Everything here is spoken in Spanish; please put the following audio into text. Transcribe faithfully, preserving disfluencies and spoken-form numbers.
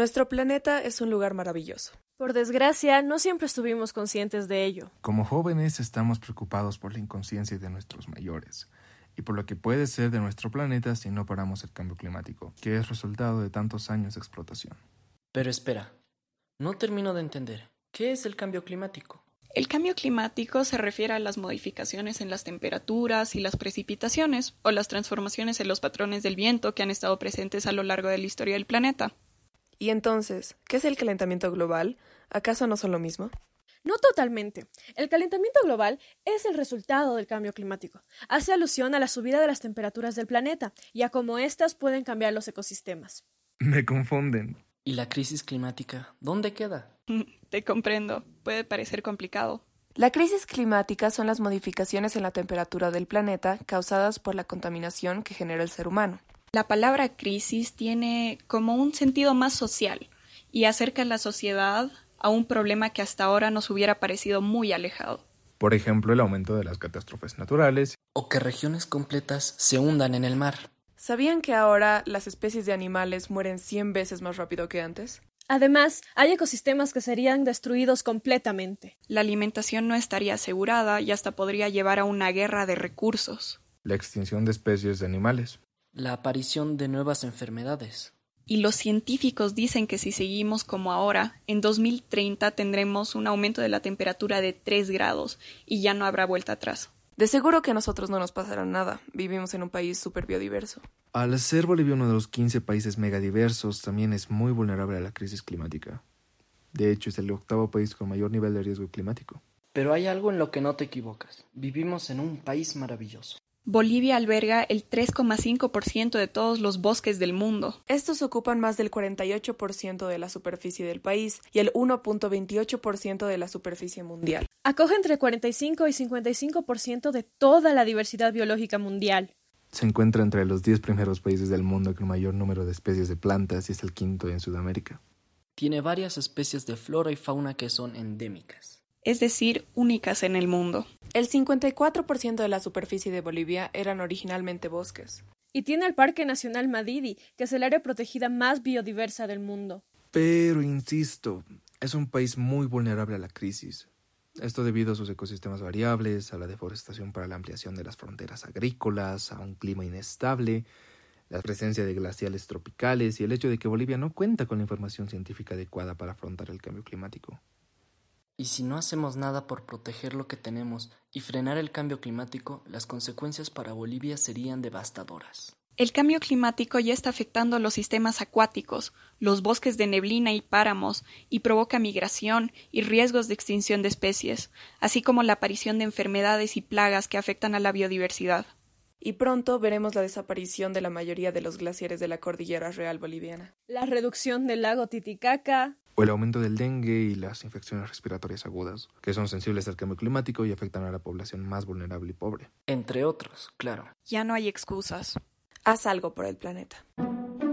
Nuestro planeta es un lugar maravilloso. Por desgracia, no siempre estuvimos conscientes de ello. Como jóvenes estamos preocupados por la inconsciencia de nuestros mayores y por lo que puede ser de nuestro planeta si no paramos el cambio climático, que es resultado de tantos años de explotación. Pero espera, no termino de entender. ¿Qué es el cambio climático? El cambio climático se refiere a las modificaciones en las temperaturas y las precipitaciones, o las transformaciones en los patrones del viento que han estado presentes a lo largo de la historia del planeta. Y entonces, ¿qué es el calentamiento global? ¿Acaso no son lo mismo? No totalmente. El calentamiento global es el resultado del cambio climático. Hace alusión a la subida de las temperaturas del planeta y a cómo éstas pueden cambiar los ecosistemas. Me confunden. ¿Y la crisis climática? ¿Dónde queda? Te comprendo. Puede parecer complicado. La crisis climática son las modificaciones en la temperatura del planeta causadas por la contaminación que genera el ser humano. La palabra crisis tiene como un sentido más social y acerca a la sociedad a un problema que hasta ahora nos hubiera parecido muy alejado. Por ejemplo, el aumento de las catástrofes naturales. O que regiones completas se hundan en el mar. ¿Sabían que ahora las especies de animales mueren cien veces más rápido que antes? Además, hay ecosistemas que serían destruidos completamente. La alimentación no estaría asegurada y hasta podría llevar a una guerra de recursos. La extinción de especies de animales. La aparición de nuevas enfermedades. Y los científicos dicen que si seguimos como ahora, en dos mil treinta tendremos un aumento de la temperatura de tres grados y ya no habrá vuelta atrás. De seguro que a nosotros no nos pasará nada. Vivimos en un país súper biodiverso. Al ser Bolivia uno de los quince países megadiversos, también es muy vulnerable a la crisis climática. De hecho, es el octavo país con mayor nivel de riesgo climático. Pero hay algo en lo que no te equivocas. Vivimos en un país maravilloso. Bolivia alberga el tres coma cinco por ciento de todos los bosques del mundo. Estos ocupan más del cuarenta y ocho por ciento de la superficie del país y el uno punto veintiocho por ciento de la superficie mundial. Acoge entre cuarenta y cinco y cincuenta y cinco por ciento de toda la diversidad biológica mundial. Se encuentra entre los diez primeros países del mundo con mayor número de especies de plantas y es el quinto en Sudamérica. Tiene varias especies de flora y fauna que son endémicas. Es decir, únicas en el mundo. El cincuenta y cuatro por ciento de la superficie de Bolivia eran originalmente bosques. Y tiene el Parque Nacional Madidi, que es el área protegida más biodiversa del mundo. Pero, insisto, es un país muy vulnerable a la crisis. Esto debido a sus ecosistemas variables, a la deforestación para la ampliación de las fronteras agrícolas, a un clima inestable, la presencia de glaciales tropicales y el hecho de que Bolivia no cuenta con la información científica adecuada para afrontar el cambio climático. Y si no hacemos nada por proteger lo que tenemos y frenar el cambio climático, las consecuencias para Bolivia serían devastadoras. El cambio climático ya está afectando a los sistemas acuáticos, los bosques de neblina y páramos, y provoca migración y riesgos de extinción de especies, así como la aparición de enfermedades y plagas que afectan a la biodiversidad. Y pronto veremos la desaparición de la mayoría de los glaciares de la Cordillera Real Boliviana. La reducción del lago Titicaca. O el aumento del dengue y las infecciones respiratorias agudas, que son sensibles al cambio climático y afectan a la población más vulnerable y pobre. Entre otros, claro. Ya no hay excusas. Haz algo por el planeta.